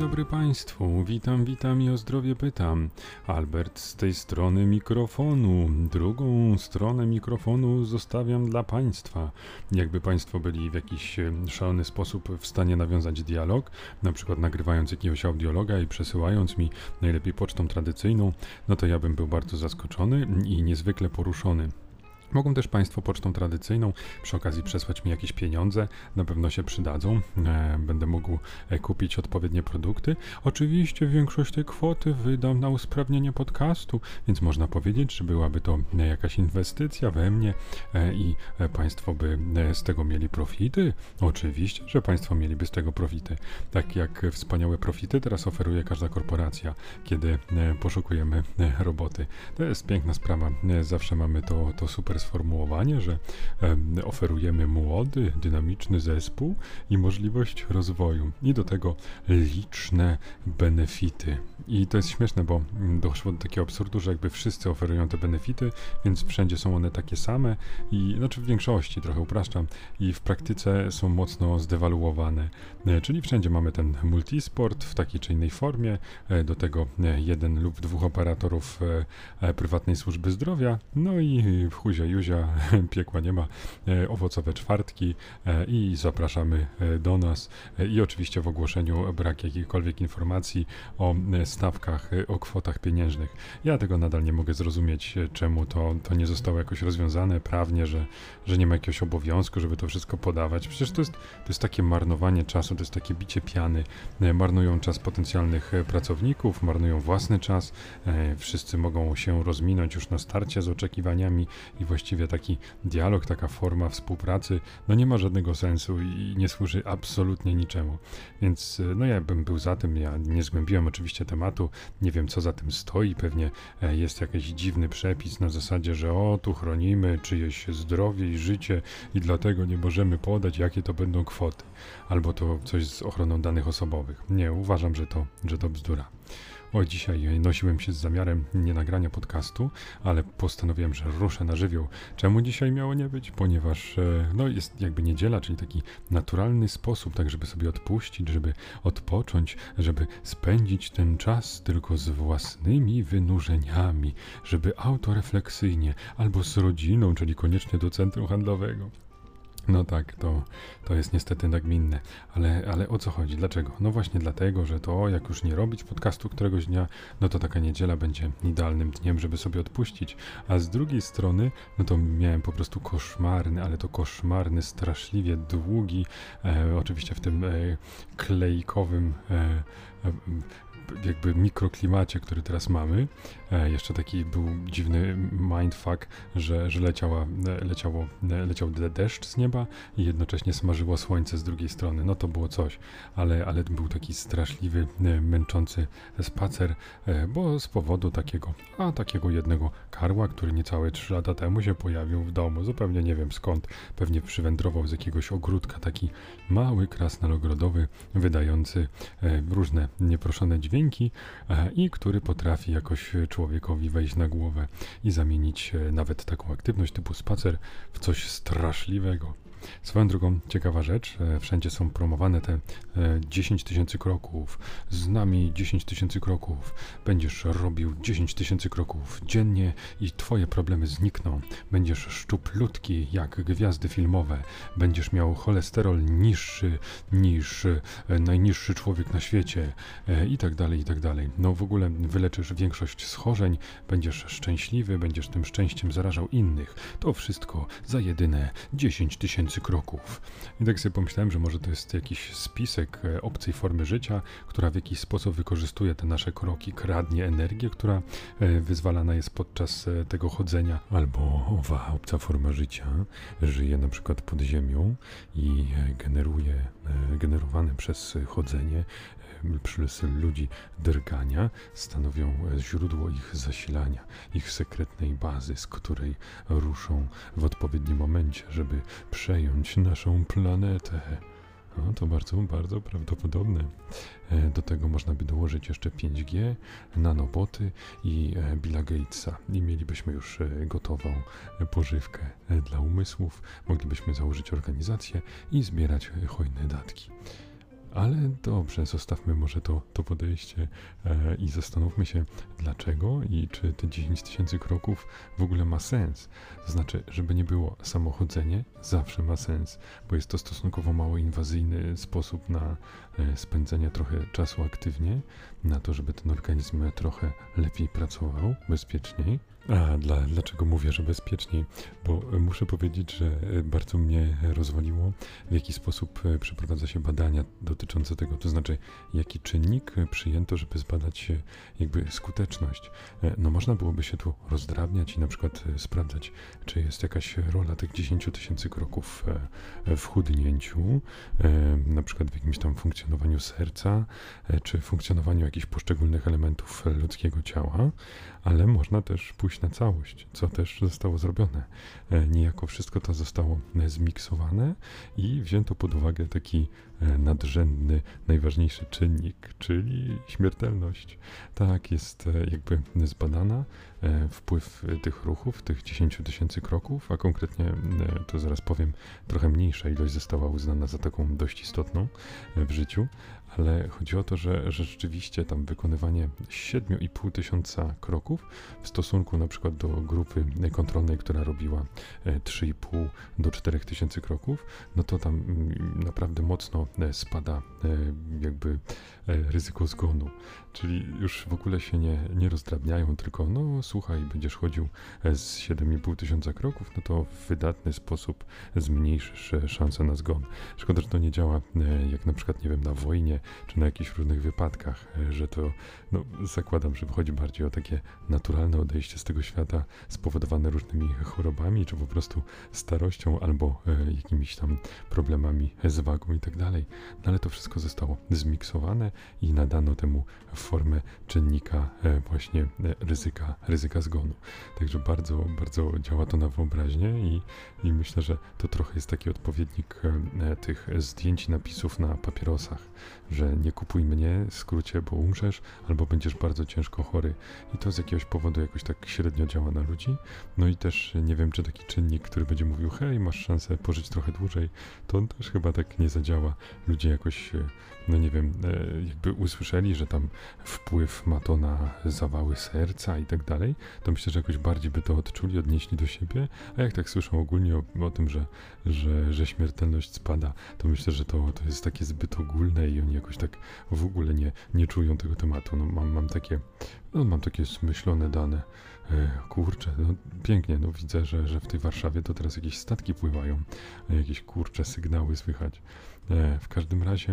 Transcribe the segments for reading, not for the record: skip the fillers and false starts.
dobry Państwu, witam i o zdrowie pytam. Albert z tej strony mikrofonu. Drugą stronę mikrofonu zostawiam dla Państwa. Jakby Państwo byli w jakiś szalony sposób w stanie nawiązać dialog, na przykład nagrywając jakiegoś audiologa i przesyłając mi najlepiej pocztą tradycyjną, no to ja bym był bardzo zaskoczony i niezwykle poruszony. Mogą też Państwo pocztą tradycyjną przy okazji przesłać mi jakieś pieniądze, na pewno się przydadzą, będę mógł kupić odpowiednie produkty. Oczywiście większość tej kwoty wydam na usprawnienie podcastu, więc można powiedzieć, że byłaby to jakaś inwestycja we mnie i Państwo by z tego mieli profity. Oczywiście, że Państwo mieliby z tego profity. Tak jak wspaniałe profity teraz oferuje każda korporacja, kiedy poszukujemy roboty. To jest piękna sprawa, zawsze mamy to super sformułowanie, że oferujemy młody, dynamiczny zespół i możliwość rozwoju i do tego liczne benefity. I to jest śmieszne, bo doszło do takiego absurdu, że jakby wszyscy oferują te benefity, więc wszędzie są one takie same i znaczy w większości, trochę upraszczam, i w praktyce są mocno zdewaluowane. Czyli wszędzie mamy ten multisport w takiej czy innej formie, do tego jeden lub dwóch operatorów prywatnej służby zdrowia, no i w huzia Juzia, piekła nie ma, owocowe czwartki i zapraszamy do nas i oczywiście w ogłoszeniu brak jakichkolwiek informacji o stawkach, o kwotach pieniężnych. Ja tego nadal nie mogę zrozumieć, czemu to nie zostało jakoś rozwiązane prawnie, że nie ma jakiegoś obowiązku, żeby to wszystko podawać. Przecież to jest takie marnowanie czasu, to jest takie bicie piany. Marnują czas potencjalnych pracowników, marnują własny czas, wszyscy mogą się rozminąć już na starcie z oczekiwaniami i właściwie taki dialog, taka forma współpracy, no nie ma żadnego sensu i nie służy absolutnie niczemu. Więc no ja bym był za tym, ja nie zgłębiłem oczywiście tematu, nie wiem co za tym stoi, pewnie jest jakiś dziwny przepis na zasadzie, że tu chronimy czyjeś zdrowie i życie i dlatego nie możemy podać, jakie to będą kwoty. Albo to coś z ochroną danych osobowych. Nie, uważam, że to bzdura. Dzisiaj nosiłem się z zamiarem nie nagrania podcastu, ale postanowiłem, że ruszę na żywioł. Czemu dzisiaj miało nie być? Ponieważ jest jakby niedziela, czyli taki naturalny sposób, tak żeby sobie odpuścić, żeby odpocząć, żeby spędzić ten czas tylko z własnymi wynurzeniami, żeby autorefleksyjnie albo z rodziną, czyli koniecznie do centrum handlowego. No tak, to jest niestety nagminne, ale o co chodzi? Dlaczego? No właśnie dlatego, że jak już nie robić podcastu któregoś dnia, no to taka niedziela będzie idealnym dniem, żeby sobie odpuścić, a z drugiej strony, no to miałem po prostu koszmarny, straszliwie długi, oczywiście w tym klejkowym jakby mikroklimacie, który teraz mamy. Jeszcze taki był dziwny mindfuck, że leciał deszcz z nieba i jednocześnie smażyło słońce z drugiej strony. No to było coś, ale był taki straszliwy, męczący spacer, bo z powodu takiego jednego karła, który niecałe 3 lata temu się pojawił w domu. Zupełnie nie wiem skąd. Pewnie przywędrował z jakiegoś ogródka, taki mały krasnal ogrodowy, wydający różne nieproszone dźwięki i który potrafi jakoś człowiekowi wejść na głowę i zamienić nawet taką aktywność typu spacer w coś straszliwego. Swoją drogą, ciekawa rzecz, wszędzie są promowane te 10 000 kroków, z nami 10 000 kroków, będziesz robił 10 000 kroków dziennie i twoje problemy znikną, będziesz szczuplutki jak gwiazdy filmowe, będziesz miał cholesterol niższy niż najniższy człowiek na świecie i tak dalej, i tak dalej. No w ogóle wyleczysz większość schorzeń, będziesz szczęśliwy, będziesz tym szczęściem zarażał innych. To wszystko za jedyne 10 000 kroków. I tak sobie pomyślałem, że może to jest jakiś spisek obcej formy życia, która w jakiś sposób wykorzystuje te nasze kroki, kradnie energię, która wyzwalana jest podczas tego chodzenia. Albo owa obca forma życia żyje na przykład pod ziemią i generowane przez chodzenie przez ludzi drgania stanowią źródło ich zasilania, ich sekretnej bazy, z której ruszą w odpowiednim momencie, żeby przejąć naszą planetę. No, to bardzo, bardzo prawdopodobne. Do tego można by dołożyć jeszcze 5G, nanoboty i Billa Gatesa. I mielibyśmy już gotową pożywkę dla umysłów. Moglibyśmy założyć organizację i zbierać hojne datki. Ale dobrze, zostawmy może to podejście i zastanówmy się, dlaczego i czy te 10 tysięcy kroków w ogóle ma sens. To znaczy, żeby nie było, samochodzenie zawsze ma sens, bo jest to stosunkowo mało inwazyjny sposób na spędzenie trochę czasu aktywnie, na to, żeby ten organizm trochę lepiej pracował, bezpieczniej. Dlaczego mówię, że bezpieczniej? Bo muszę powiedzieć, że bardzo mnie rozwaliło, w jaki sposób przeprowadza się badania dotyczące tego, to znaczy jaki czynnik przyjęto, żeby zbadać jakby skuteczność. No można byłoby się tu rozdrabniać i na przykład sprawdzać, czy jest jakaś rola tych 10 tysięcy kroków w chudnięciu, na przykład w jakimś tam funkcjonowaniu serca, czy funkcjonowaniu jakichś poszczególnych elementów ludzkiego ciała, ale można też pójść na całość, co też zostało zrobione. Niejako wszystko to zostało zmiksowane i wzięto pod uwagę taki nadrzędny, najważniejszy czynnik, czyli śmiertelność. Tak, jest jakby zbadana wpływ tych ruchów, tych 10 tysięcy kroków, a konkretnie, to zaraz powiem, trochę mniejsza ilość została uznana za taką dość istotną w życiu, ale chodzi o to, że rzeczywiście tam wykonywanie 7,5 tysiąca kroków w stosunku na przykład do grupy kontrolnej, która robiła 3,5 do 4 tysięcy kroków, no to tam naprawdę mocno spada jakby ryzyko zgonu. Czyli już w ogóle się nie rozdrabniają, tylko no słuchaj, będziesz chodził z 7,5 tysiąca kroków, no to w wydatny sposób zmniejszysz szansę na zgon. Szkoda, że to nie działa jak na przykład, nie wiem, na wojnie, czy na jakichś różnych wypadkach, że to, no zakładam, że chodzi bardziej o takie naturalne odejście z tego świata spowodowane różnymi chorobami, czy po prostu starością, albo jakimiś tam problemami z wagą i tak dalej. No ale to wszystko zostało zmiksowane i nadano temu formę czynnika właśnie ryzyka zgonu. Także bardzo, bardzo działa to na wyobraźnię i myślę, że to trochę jest taki odpowiednik tych zdjęć, napisów na papierosach, że nie kupuj mnie, w skrócie, bo umrzesz, albo będziesz bardzo ciężko chory. I to z jakiegoś powodu jakoś tak średnio działa na ludzi. No i też nie wiem, czy taki czynnik, który będzie mówił, hej, masz szansę pożyć trochę dłużej, to on też chyba tak nie zadziała. Ludzie jakoś, no nie wiem, jakby usłyszeli, że tam wpływ ma to na zawały serca i tak dalej, to myślę, że jakoś bardziej by to odczuli, odnieśli do siebie, a jak tak słyszą ogólnie o tym, że śmiertelność spada, to myślę, że to jest takie zbyt ogólne i oni jakoś tak w ogóle nie czują tego tematu. No mam takie zmyślone dane. Kurczę, no pięknie, no widzę, że w tej Warszawie to teraz jakieś statki pływają, jakieś kurcze sygnały słychać. W każdym razie,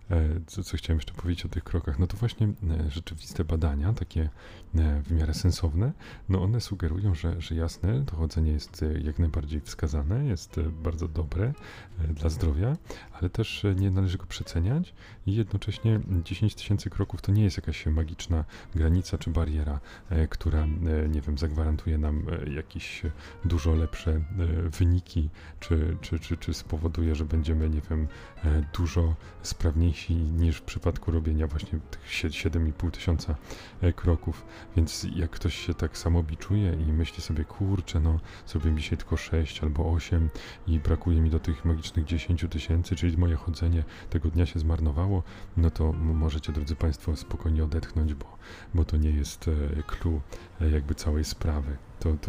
co chciałem jeszcze powiedzieć o tych krokach, no to właśnie rzeczywiste badania, takie w miarę sensowne, no one sugerują, że jasne, to chodzenie jest jak najbardziej wskazane, jest bardzo dobre dla zdrowia, ale też nie należy go przeceniać i jednocześnie 10 tysięcy kroków to nie jest jakaś magiczna granica czy bariera, która, nie wiem, zagwarantuje nam jakieś dużo lepsze wyniki, czy spowoduje, że będziemy, nie wiem, dużo sprawniejsi niż w przypadku robienia właśnie tych 7,5 tysiąca kroków. Więc jak ktoś się tak samobiczuje i myśli sobie, kurczę, no zrobiłem dzisiaj tylko 6 albo 8 i brakuje mi do tych magicznych 10 tysięcy, czyli moje chodzenie tego dnia się zmarnowało, no to możecie, drodzy Państwo, spokojnie odetchnąć, bo to nie jest clue jakby całej sprawy.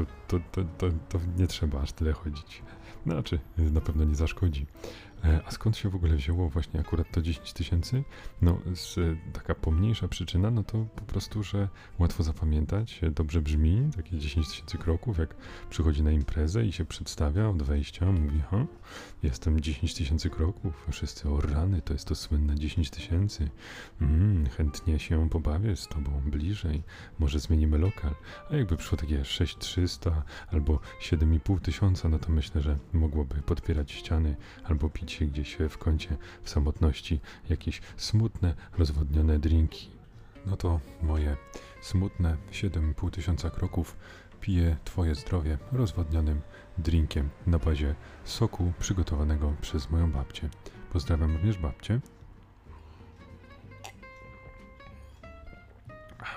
To nie trzeba aż tyle chodzić. Znaczy, na pewno nie zaszkodzi. A skąd się w ogóle wzięło właśnie akurat to 10 tysięcy? No, taka pomniejsza przyczyna, no to po prostu, że łatwo zapamiętać, dobrze brzmi, takie 10 tysięcy kroków, jak przychodzi na imprezę i się przedstawia od wejścia, mówi, jestem 10 tysięcy kroków, wszyscy, o rany, to jest to słynne 10 tysięcy, chętnie się pobawię z tobą bliżej, może zmienimy lokal, a jakby przyszło takie 6300 albo 7,5 tysiąca, no to myślę, że mogłoby podpierać ściany albo pić się gdzieś w kącie, w samotności, jakieś smutne, rozwodnione drinki. No to moje smutne 7,5 tysiąca kroków pije twoje zdrowie rozwodnionym drinkiem na bazie soku przygotowanego przez moją babcię. Pozdrawiam również babcię.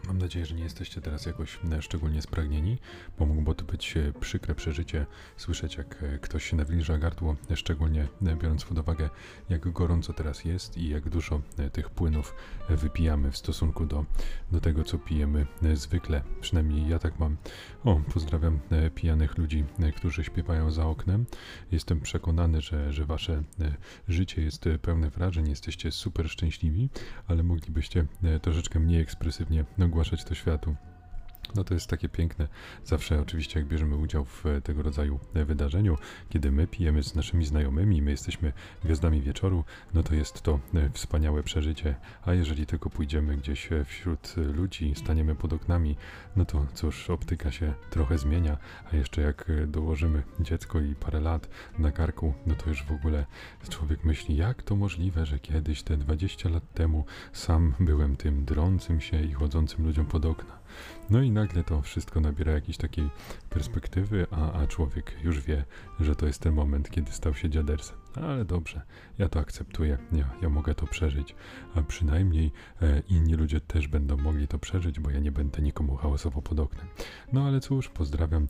Mam nadzieję, że nie jesteście teraz jakoś szczególnie spragnieni, bo mogło to być przykre przeżycie słyszeć, jak ktoś się nawilża gardło, szczególnie biorąc pod uwagę, jak gorąco teraz jest i jak dużo tych płynów wypijamy w stosunku do tego, co pijemy zwykle. Przynajmniej ja tak mam. Pozdrawiam pijanych ludzi, którzy śpiewają za oknem. Jestem przekonany, że wasze życie jest pełne wrażeń, jesteście super szczęśliwi, ale moglibyście troszeczkę mniej ekspresywnie ogłaszać to światu. No to jest takie piękne, zawsze oczywiście jak bierzemy udział w tego rodzaju wydarzeniu, kiedy my pijemy z naszymi znajomymi, my jesteśmy gwiazdami wieczoru, no to jest to wspaniałe przeżycie, a jeżeli tylko pójdziemy gdzieś wśród ludzi, staniemy pod oknami, no to cóż, optyka się trochę zmienia, a jeszcze jak dołożymy dziecko i parę lat na karku, no to już w ogóle człowiek myśli, jak to możliwe, że kiedyś te 20 lat temu sam byłem tym drącym się i chodzącym ludziom pod okna. No i nagle to wszystko nabiera jakiejś takiej perspektywy, a człowiek już wie, że to jest ten moment, kiedy stał się dziadersem. Ale dobrze, ja to akceptuję, ja mogę to przeżyć, a przynajmniej inni ludzie też będą mogli to przeżyć, bo ja nie będę nikomu hałasował pod oknem. No ale cóż, pozdrawiam,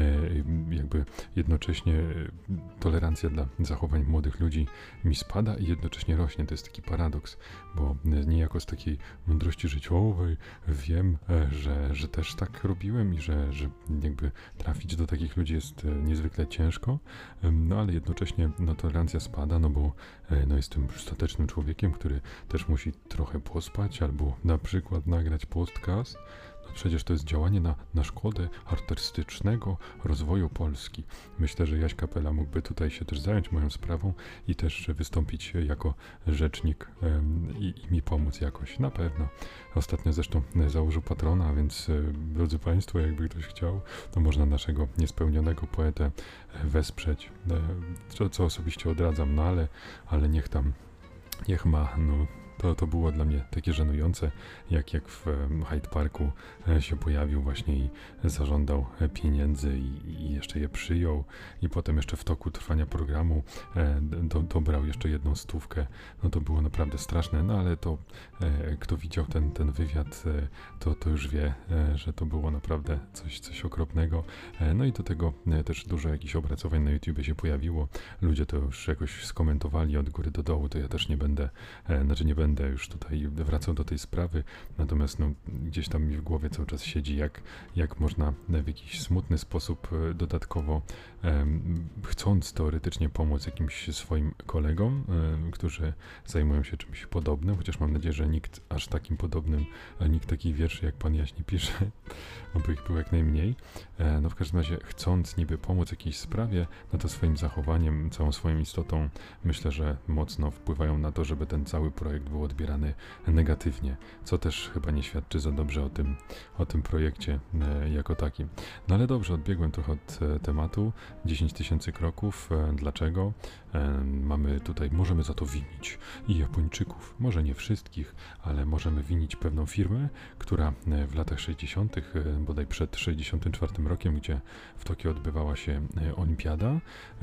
jakby jednocześnie tolerancja dla zachowań młodych ludzi mi spada i jednocześnie rośnie. To jest taki paradoks, bo niejako z takiej mądrości życiowej wiem, że też tak robiłem i że jakby trafić do takich ludzi jest niezwykle ciężko, no ale jednocześnie tolerancja spada, no bo jestem statecznym człowiekiem, który też musi trochę pospać albo na przykład nagrać podcast. No przecież to jest działanie na szkodę artystycznego rozwoju Polski. Myślę, że Jaś Kapela mógłby tutaj się też zająć moją sprawą i też wystąpić jako rzecznik i mi pomóc jakoś. Na pewno. Ostatnio zresztą założył patrona, więc drodzy Państwo, jakby ktoś chciał, to można naszego niespełnionego poetę wesprzeć, co osobiście odradzam, no ale niech ma, To było dla mnie takie żenujące, jak w Hyde Parku się pojawił właśnie i zażądał pieniędzy i jeszcze je przyjął i potem jeszcze w toku trwania programu dobrał jeszcze 100. No to było naprawdę straszne, no ale to kto widział ten wywiad, to już wie, że to było naprawdę coś okropnego. No i do tego też dużo jakichś opracowań na YouTubie się pojawiło. Ludzie to już jakoś skomentowali od góry do dołu, to ja też nie będę już tutaj wracał do tej sprawy, natomiast gdzieś tam mi w głowie cały czas siedzi, jak można w jakiś smutny sposób dodatkowo, chcąc teoretycznie pomóc jakimś swoim kolegom, którzy zajmują się czymś podobnym, chociaż mam nadzieję, że nikt aż takim podobnym, nikt takich wierszy jak pan Jaś nie pisze, aby ich było jak najmniej. No w każdym razie chcąc niby pomóc jakiejś sprawie, no to swoim zachowaniem, całą swoją istotą myślę, że mocno wpływają na to, żeby ten cały projekt był odbierany negatywnie, co też chyba nie świadczy za dobrze o tym projekcie jako takim. No ale dobrze, odbiegłem trochę od tematu. 10 000 kroków. Dlaczego? Możemy za to winić i Japończyków, może nie wszystkich, ale możemy winić pewną firmę, która w latach 60., bodaj przed 64 rokiem, gdzie w Tokio odbywała się olimpiada,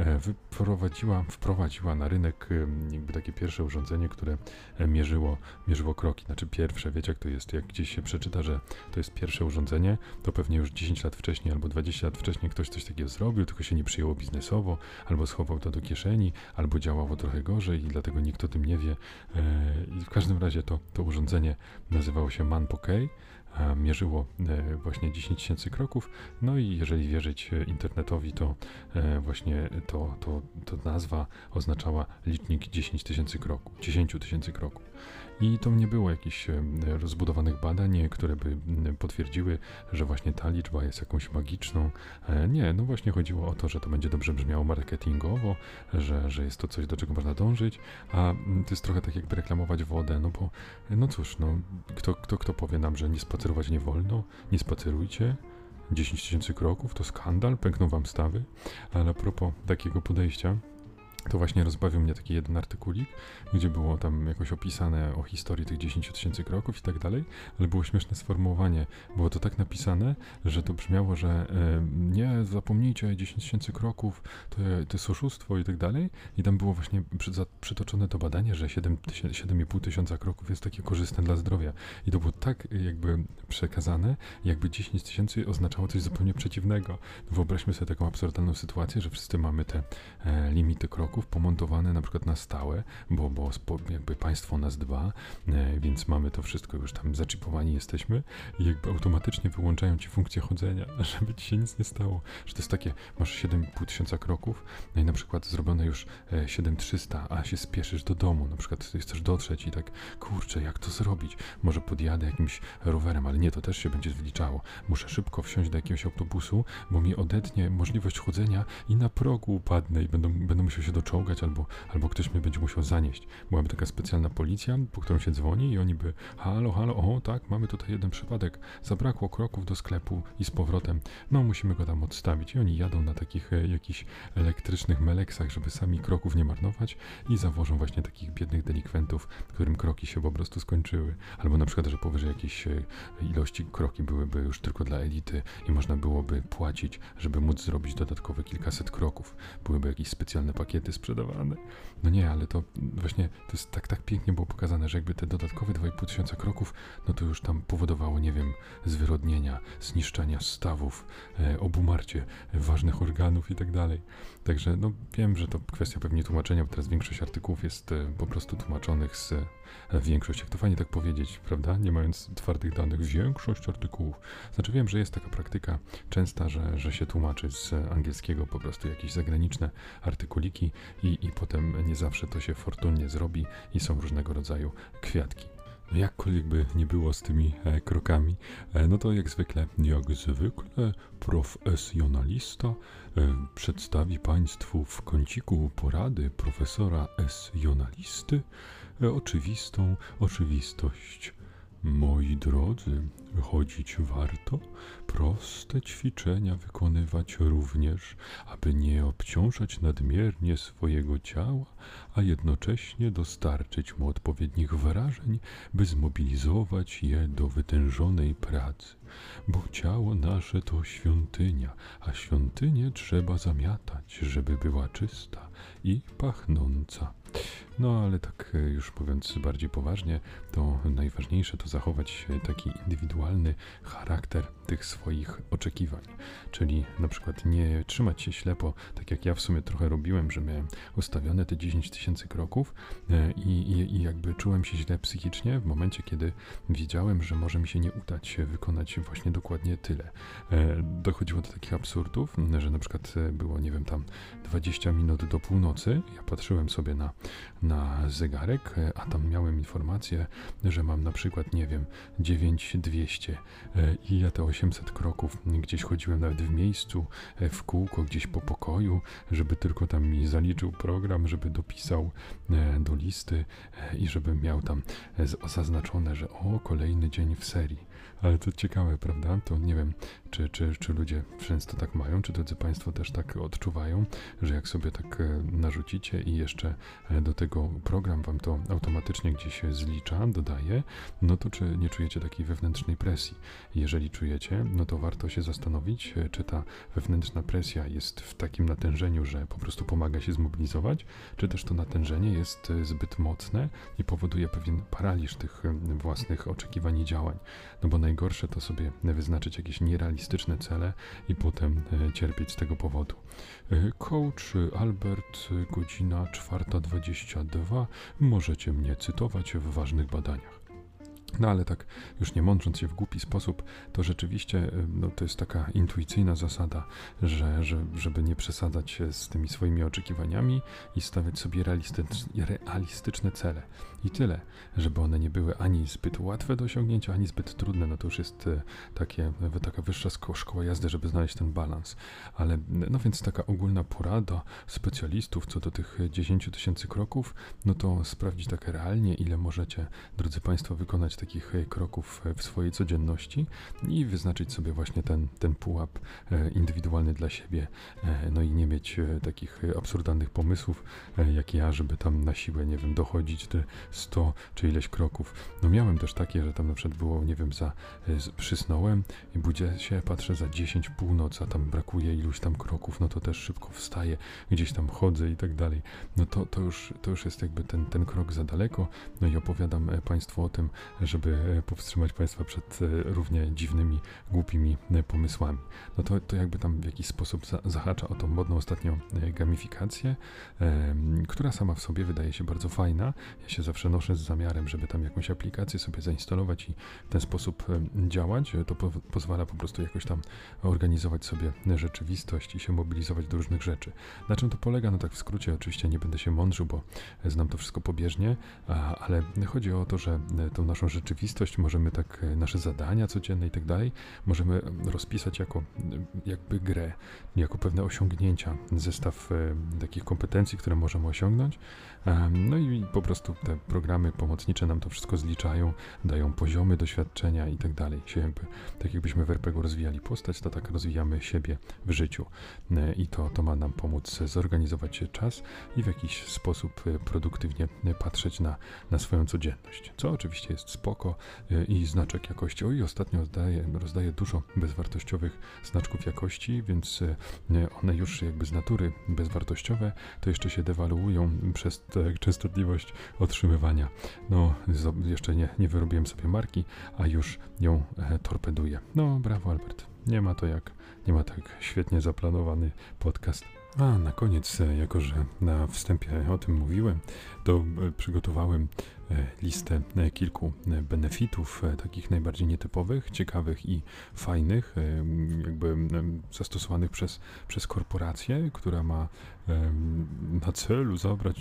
wprowadziła na rynek jakby takie pierwsze urządzenie, które mierzyło kroki. Znaczy pierwsze, wiecie jak to jest, jak gdzieś się przeczyta, że to jest pierwsze urządzenie, to pewnie już 10 lat wcześniej albo 20 lat wcześniej ktoś coś takiego zrobił, tylko się nie przyjęło biznesowo, albo schował to do kieszeni, albo działało trochę gorzej i dlatego nikt o tym nie wie. I w każdym razie to urządzenie nazywało się Manpokei, mierzyło właśnie 10 000 kroków, no i jeżeli wierzyć internetowi, to właśnie to nazwa oznaczała licznik 10 000 kroków, 10 000 kroków. I to nie było jakichś rozbudowanych badań, które by potwierdziły, że właśnie ta liczba jest jakąś magiczną. Nie, no właśnie chodziło o to, że to będzie dobrze brzmiało marketingowo, że jest to coś, do czego można dążyć, a to jest trochę tak jakby reklamować wodę, no bo no cóż, kto powie nam, że nie spacerować nie wolno, nie spacerujcie, 10 000 kroków to skandal, pękną wam stawy, ale a propos takiego podejścia, to właśnie rozbawił mnie taki jeden artykulik, gdzie było tam jakoś opisane o historii tych 10 tysięcy kroków i tak dalej, ale było śmieszne sformułowanie. Było to tak napisane, że to brzmiało, że nie zapomnijcie, 10 tysięcy kroków to jest oszustwo i tak dalej. I tam było właśnie przytoczone to badanie, że 7,5 tysiąca kroków jest takie korzystne dla zdrowia. I to było tak jakby przekazane, jakby 10 tysięcy oznaczało coś zupełnie przeciwnego. Wyobraźmy sobie taką absurdalną sytuację, że wszyscy mamy te limity kroków pomontowane na przykład na stałe, bo jakby państwo nas dba, więc mamy to wszystko już tam zaczipowani jesteśmy i jakby automatycznie wyłączają ci funkcję chodzenia, żeby ci się nic nie stało. Że to jest takie, masz 7,5 tysiąca kroków, no i na przykład zrobione już 7300, a się spieszysz do domu, na przykład chcesz dotrzeć i tak, kurczę, jak to zrobić? Może podjadę jakimś rowerem, ale nie, to też się będzie wliczało. Muszę szybko wsiąść do jakiegoś autobusu, bo mi odetnie możliwość chodzenia i na progu upadnę i będę musiał się doczołgać, albo ktoś mnie będzie musiał zanieść. Byłaby taka specjalna policja, po którą się dzwoni i oni by, halo, o tak, mamy tutaj jeden przypadek, zabrakło kroków do sklepu i z powrotem, no musimy go tam odstawić. I oni jadą na takich jakichś elektrycznych meleksach, żeby sami kroków nie marnować i zawożą właśnie takich biednych delikwentów, którym kroki się po prostu skończyły. Albo na przykład, że powyżej jakiejś ilości kroki byłyby już tylko dla elity i można byłoby płacić, żeby móc zrobić dodatkowe kilkaset kroków. Byłyby jakieś specjalne pakiety sprzedawane. No nie, ale to właśnie to jest tak pięknie było pokazane, że jakby te dodatkowe 2,5 tysiąca kroków, no to już tam powodowało, nie wiem, zwyrodnienia, zniszczenia stawów, obumarcie ważnych organów i tak dalej. Także no wiem, że to kwestia pewnie tłumaczenia, bo teraz większość artykułów jest po prostu tłumaczonych z większość, jak to fajnie tak powiedzieć, prawda? Nie mając twardych danych, większość artykułów. Znaczy wiem, że jest taka praktyka częsta, że się tłumaczy z angielskiego po prostu jakieś zagraniczne artykuliki i potem nie zawsze to się fortunnie zrobi i są różnego rodzaju kwiatki. No jakkolwiek by nie było z tymi krokami, no to jak zwykle profesjonalista przedstawi Państwu w kąciku porady profesora S-jonalisty oczywistą oczywistość. Moi drodzy, chodzić warto, proste ćwiczenia wykonywać również, aby nie obciążać nadmiernie swojego ciała, a jednocześnie dostarczyć mu odpowiednich wrażeń, by zmobilizować je do wytężonej pracy. Bo ciało nasze to świątynia, a świątynię trzeba zamiatać, żeby była czysta i pachnąca. No ale tak już mówiąc bardziej poważnie, to najważniejsze to zachować taki indywidualny charakter tych swoich oczekiwań. Czyli na przykład nie trzymać się ślepo, tak jak ja w sumie trochę robiłem, że miałem ustawione te 10 tysięcy kroków i jakby czułem się źle psychicznie w momencie, kiedy wiedziałem, że może mi się nie udać wykonać właśnie dokładnie tyle. Dochodziło do takich absurdów, że na przykład było, nie wiem, tam 20 minut do północy, ja patrzyłem sobie na zegarek, a tam miałem informację, że mam na przykład, nie wiem, 9200 i ja te 800 kroków gdzieś chodziłem nawet w miejscu, w kółko, gdzieś po pokoju, żeby tylko tam mi zaliczył program, żeby dopisał do listy i żeby miał tam zaznaczone, że kolejny dzień w serii. Ale to ciekawe, prawda? To nie wiem, czy ludzie często tak mają, czy drodzy Państwo też tak odczuwają, że jak sobie tak narzucicie i jeszcze do tego program Wam to automatycznie gdzieś zlicza, dodaje, no to czy nie czujecie takiej wewnętrznej presji? Jeżeli czujecie, no to warto się zastanowić, czy ta wewnętrzna presja jest w takim natężeniu, że po prostu pomaga się zmobilizować, czy też to natężenie jest zbyt mocne i powoduje pewien paraliż tych własnych oczekiwań i działań. No bo najgorsze to sobie wyznaczyć jakieś nierealistyczne cele i potem cierpieć z tego powodu. Coach Albert, godzina 4:22. Możecie mnie cytować w ważnych badaniach. No ale tak już nie mądrząc się w głupi sposób, to rzeczywiście no, to jest taka intuicyjna zasada, żeby nie przesadzać z tymi swoimi oczekiwaniami i stawiać sobie realistyczne cele. I tyle, żeby one nie były ani zbyt łatwe do osiągnięcia, ani zbyt trudne. No to już jest taka wyższa szkoła jazdy, żeby znaleźć ten balans. Ale no więc taka ogólna porada specjalistów co do tych 10 tysięcy kroków, no to sprawdzić tak realnie, ile możecie, drodzy Państwo, wykonać takich kroków w swojej codzienności i wyznaczyć sobie właśnie ten pułap indywidualny dla siebie, no i nie mieć takich absurdalnych pomysłów jak ja, żeby tam na siłę, nie wiem, dochodzić te 100 czy ileś kroków. No miałem też takie, że tam na przykład było, nie wiem, przysnąłem i budzę się, patrzę za 10 północ, a tam brakuje iluś tam kroków, no to też szybko wstaję, gdzieś tam chodzę i tak dalej. No to już jest jakby ten krok za daleko, no i opowiadam Państwu o tym, żeby powstrzymać Państwa przed równie dziwnymi, głupimi pomysłami. No to jakby tam w jakiś sposób zahacza o tą modną ostatnio gamifikację, która sama w sobie wydaje się bardzo fajna. Ja się zawsze noszę z zamiarem, żeby tam jakąś aplikację sobie zainstalować i w ten sposób działać. To pozwala po prostu jakoś tam organizować sobie rzeczywistość i się mobilizować do różnych rzeczy. Na czym to polega? No tak w skrócie, oczywiście nie będę się mądrzył, bo znam to wszystko pobieżnie, ale chodzi o to, że tą naszą rzeczywistość możemy tak, nasze zadania codzienne i tak dalej, możemy rozpisać jako jakby grę, jako pewne osiągnięcia, zestaw takich kompetencji, które możemy osiągnąć. No i po prostu te programy pomocnicze nam to wszystko zliczają, dają poziomy doświadczenia i tak dalej. Się jakby, tak jakbyśmy w RPG rozwijali postać, to tak rozwijamy siebie w życiu. I to ma nam pomóc zorganizować czas i w jakiś sposób produktywnie patrzeć na swoją codzienność. Co oczywiście jest spoko i znaczek jakości. I ostatnio rozdaję dużo bezwartościowych znaczków jakości, więc one już jakby z natury bezwartościowe, to jeszcze się dewaluują przez częstotliwość otrzymywania. No, jeszcze nie wyrobiłem sobie marki, a już ją torpeduję. No, brawo Albert. Nie ma tak świetnie zaplanowany podcast. A na koniec, jako że na wstępie o tym mówiłem, to przygotowałem listę kilku benefitów, takich najbardziej nietypowych, ciekawych i fajnych, jakby zastosowanych przez korporację, która ma na celu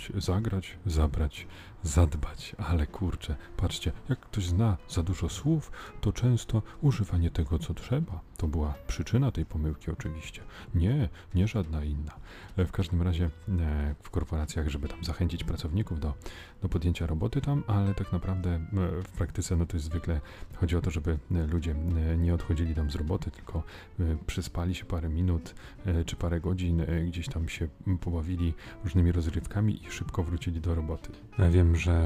zadbać, ale kurczę, patrzcie, jak ktoś zna za dużo słów, to często używa nie tego, co trzeba. To była przyczyna tej pomyłki oczywiście. Nie żadna inna. W każdym razie w korporacjach, żeby tam zachęcić pracowników do podjęcia roboty tam, ale tak naprawdę w praktyce no to jest zwykle chodzi o to, żeby ludzie nie odchodzili tam z roboty, tylko przyspali się parę minut czy parę godzin, gdzieś tam się pobawili różnymi rozrywkami i szybko wrócili do roboty. Ja wiem, że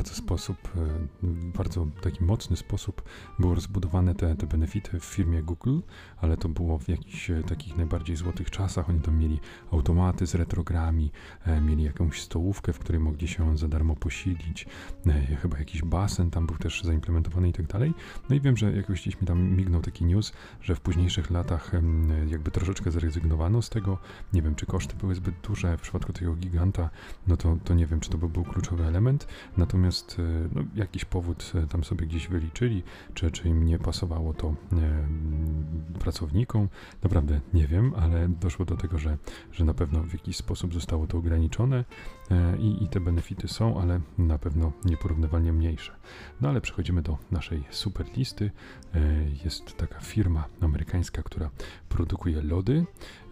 bardzo taki mocny sposób były rozbudowane te benefity w firmie Google, ale to było w jakichś takich najbardziej złotych czasach. Oni tam mieli automaty z retrogrami, mieli jakąś stołówkę, w której mogli się za darmo posilić, chyba jakiś basen tam był też zaimplementowany i tak dalej. No i wiem, że jakoś gdzieś mi tam mignął taki news, że w późniejszych latach jakby troszeczkę zrezygnowano z tego. Nie wiem, czy koszty były zbyt duże w przypadku tego giganta, no to nie wiem, czy to był kluczowy element, natomiast no, jakiś powód tam sobie gdzieś wyliczyli, czy im nie pasowało to pracownikom, naprawdę nie wiem, ale doszło do tego, że na pewno w jakiś sposób zostało to ograniczone i te benefity są, ale na pewno nieporównywalnie mniejsze. No ale przechodzimy do naszej super listy. Jest taka firma amerykańska, która produkuje lody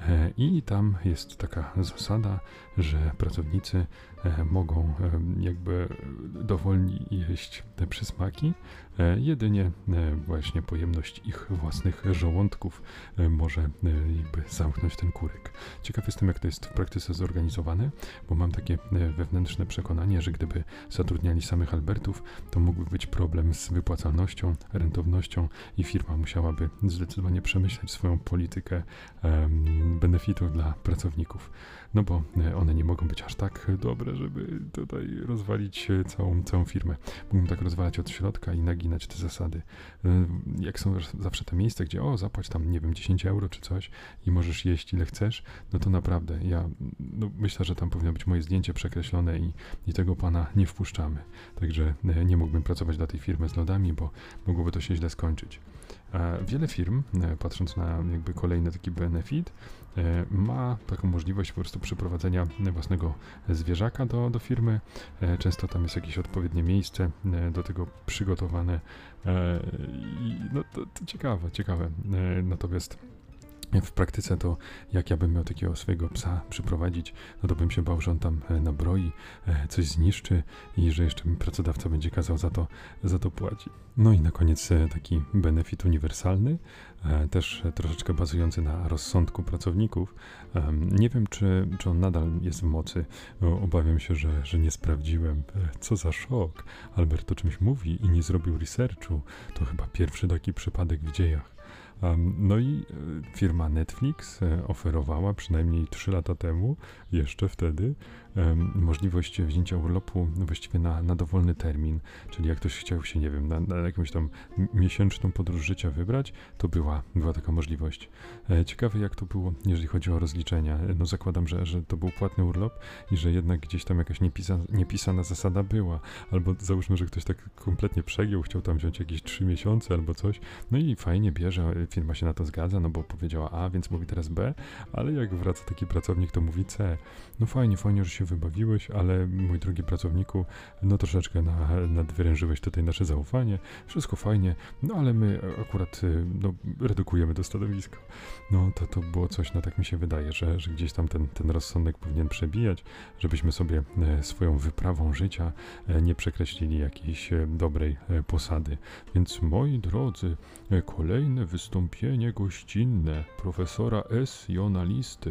i tam jest taka zasada, że pracownicy mogą jakby dowolnie jeść te przysmaki, jedynie właśnie pojemność ich własnych żołądków może jakby zamknąć ten kurek. Ciekaw jestem, jak to jest w praktyce zorganizowane, bo mam takie wewnętrzne przekonanie, że gdyby zatrudniali samych Albertów, to mógłby być problem z wypłacalnością, rentownością i firma musiałaby zdecydowanie przemyśleć swoją politykę benefitów dla pracowników. No bo one nie mogą być aż tak dobre, żeby tutaj rozwalić całą firmę. Mógłbym tak rozwalać od środka i naginać te zasady. Jak są zawsze te miejsca, gdzie zapłać tam, nie wiem, 10 euro czy coś i możesz jeść ile chcesz, no to naprawdę ja myślę, że tam powinno być moje zdjęcie przekreślone i tego pana nie wpuszczamy. Także nie mógłbym pracować dla tej firmy z lodami, bo mogłoby to się źle skończyć. Wiele firm, patrząc na jakby kolejny taki benefit, ma taką możliwość po prostu przyprowadzenia własnego zwierzaka do firmy. Często tam jest jakieś odpowiednie miejsce do tego przygotowane. No to ciekawe. Natomiast W praktyce to, jak ja bym miał takiego swojego psa przyprowadzić, no to bym się bał, że on tam nabroi, coś zniszczy i że jeszcze mi pracodawca będzie kazał za to płacić. No i na koniec taki benefit uniwersalny, też troszeczkę bazujący na rozsądku pracowników. Nie wiem, czy on nadal jest w mocy. Obawiam się, że nie sprawdziłem. Co za szok. Albert o czymś mówi i nie zrobił researchu. To chyba pierwszy taki przypadek w dziejach. No i firma Netflix oferowała przynajmniej 3 lata temu, jeszcze wtedy, możliwość wzięcia urlopu właściwie na dowolny termin, czyli jak ktoś chciał się, nie wiem, na jakąś tam miesięczną podróż życia wybrać, to była taka możliwość. Ciekawe jak to było, jeżeli chodzi o rozliczenia. No zakładam, że to był płatny urlop i że jednak gdzieś tam jakaś niepisana zasada była, albo załóżmy, że ktoś tak kompletnie przegiął, chciał tam wziąć jakieś 3 miesiące albo coś, no i fajnie bierze, firma się na to zgadza, no bo powiedziała A, więc mówi teraz B, ale jak wraca taki pracownik, to mówi C. No fajnie, że się wybawiłeś, ale mój drogi pracowniku, no troszeczkę nadwyrężyłeś tutaj nasze zaufanie, wszystko fajnie, no ale my akurat redukujemy to stanowisko. No to było coś, no tak mi się wydaje, że gdzieś tam ten rozsądek powinien przebijać, żebyśmy sobie swoją wyprawą życia nie przekreślili jakiejś dobrej posady. Więc moi drodzy, kolejne wystąpienie gościnne profesora S. Jonalisty.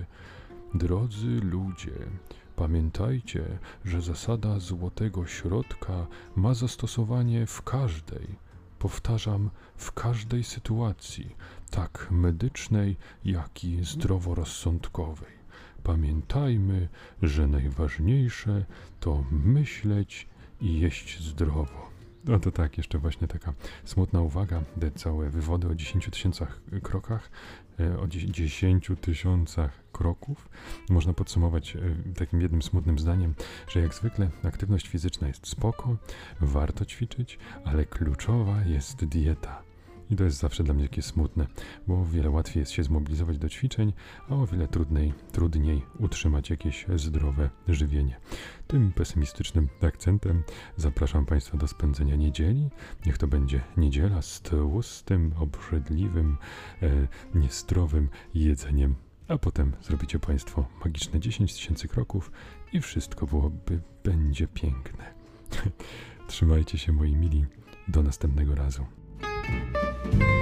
Drodzy ludzie, pamiętajcie, że zasada złotego środka ma zastosowanie w każdej, powtarzam, w każdej sytuacji, tak medycznej, jak i zdroworozsądkowej. Pamiętajmy, że najważniejsze to myśleć i jeść zdrowo. No to tak, jeszcze właśnie taka smutna uwaga, te całe wywody o 10 000 krokach, o 10 000 kroków można podsumować takim jednym smutnym zdaniem, że jak zwykle aktywność fizyczna jest spoko, warto ćwiczyć, ale kluczowa jest dieta. I to jest zawsze dla mnie takie smutne, bo o wiele łatwiej jest się zmobilizować do ćwiczeń, a o wiele trudniej utrzymać jakieś zdrowe żywienie. Tym pesymistycznym akcentem zapraszam Państwa do spędzenia niedzieli. Niech to będzie niedziela z tłustym, obrzydliwym, niezdrowym jedzeniem. A potem zrobicie Państwo magiczne 10 000 kroków i wszystko będzie piękne. Trzymajcie się moi mili, do następnego razu.